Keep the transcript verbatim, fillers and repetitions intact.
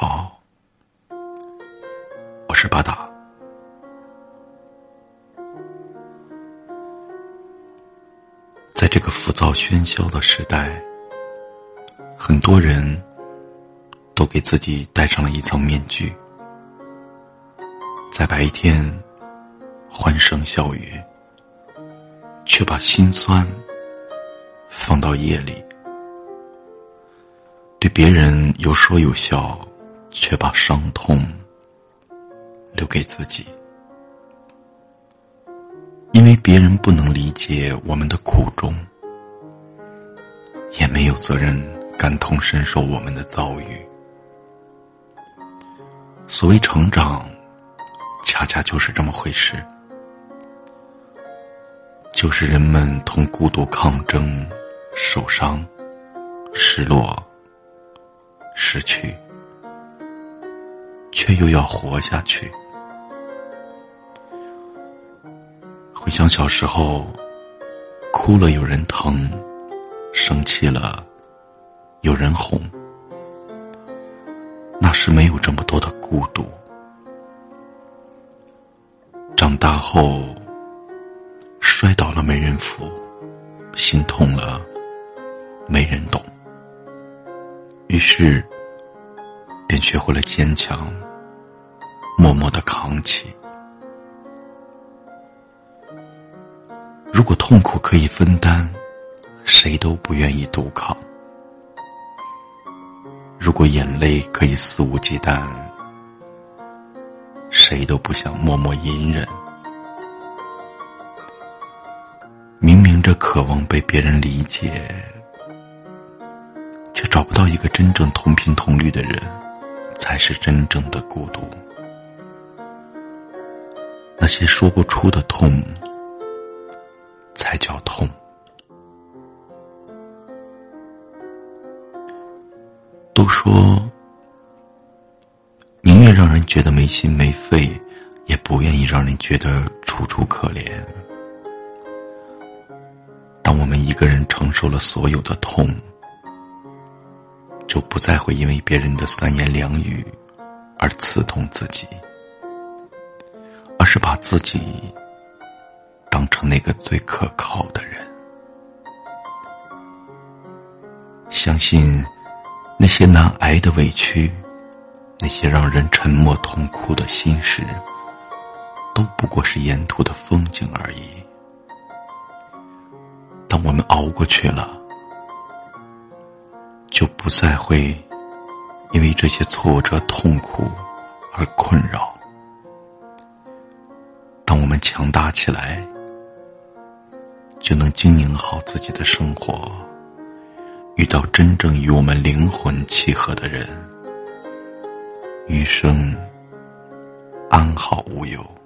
好，我是巴达。在这个浮躁喧嚣的时代，很多人都给自己戴上了一层面具，在白天欢声笑语，却把心酸放到夜里，对别人有说有笑，却把伤痛留给自己。因为别人不能理解我们的苦衷，也没有责任感同身受我们的遭遇。所谓成长，恰恰就是这么回事，就是人们同孤独抗争，受伤、失落、失去，却又要活下去。回想小时候，哭了有人疼，生气了有人哄，那时没有这么多的孤独。长大后摔倒了没人扶，心痛了没人懂，于是便学会了坚强，默默地扛起。如果痛苦可以分担，谁都不愿意独扛；如果眼泪可以肆无忌惮，谁都不想默默隐忍。明明这渴望被别人理解，却找不到一个真正同频同律的人，才是真正的孤独。那些说不出的痛，才叫痛。都说宁愿让人觉得没心没肺，也不愿意让人觉得楚楚可怜。当我们一个人承受了所有的痛，就不再会因为别人的三言两语而刺痛自己，而是把自己当成那个最可靠的人。相信那些难挨的委屈，那些让人沉默痛哭的心事，都不过是沿途的风景而已。当我们熬过去了，就不再会因为这些挫折痛苦而困扰。当我们强大起来，就能经营好自己的生活，遇到真正与我们灵魂契合的人，余生安好无忧。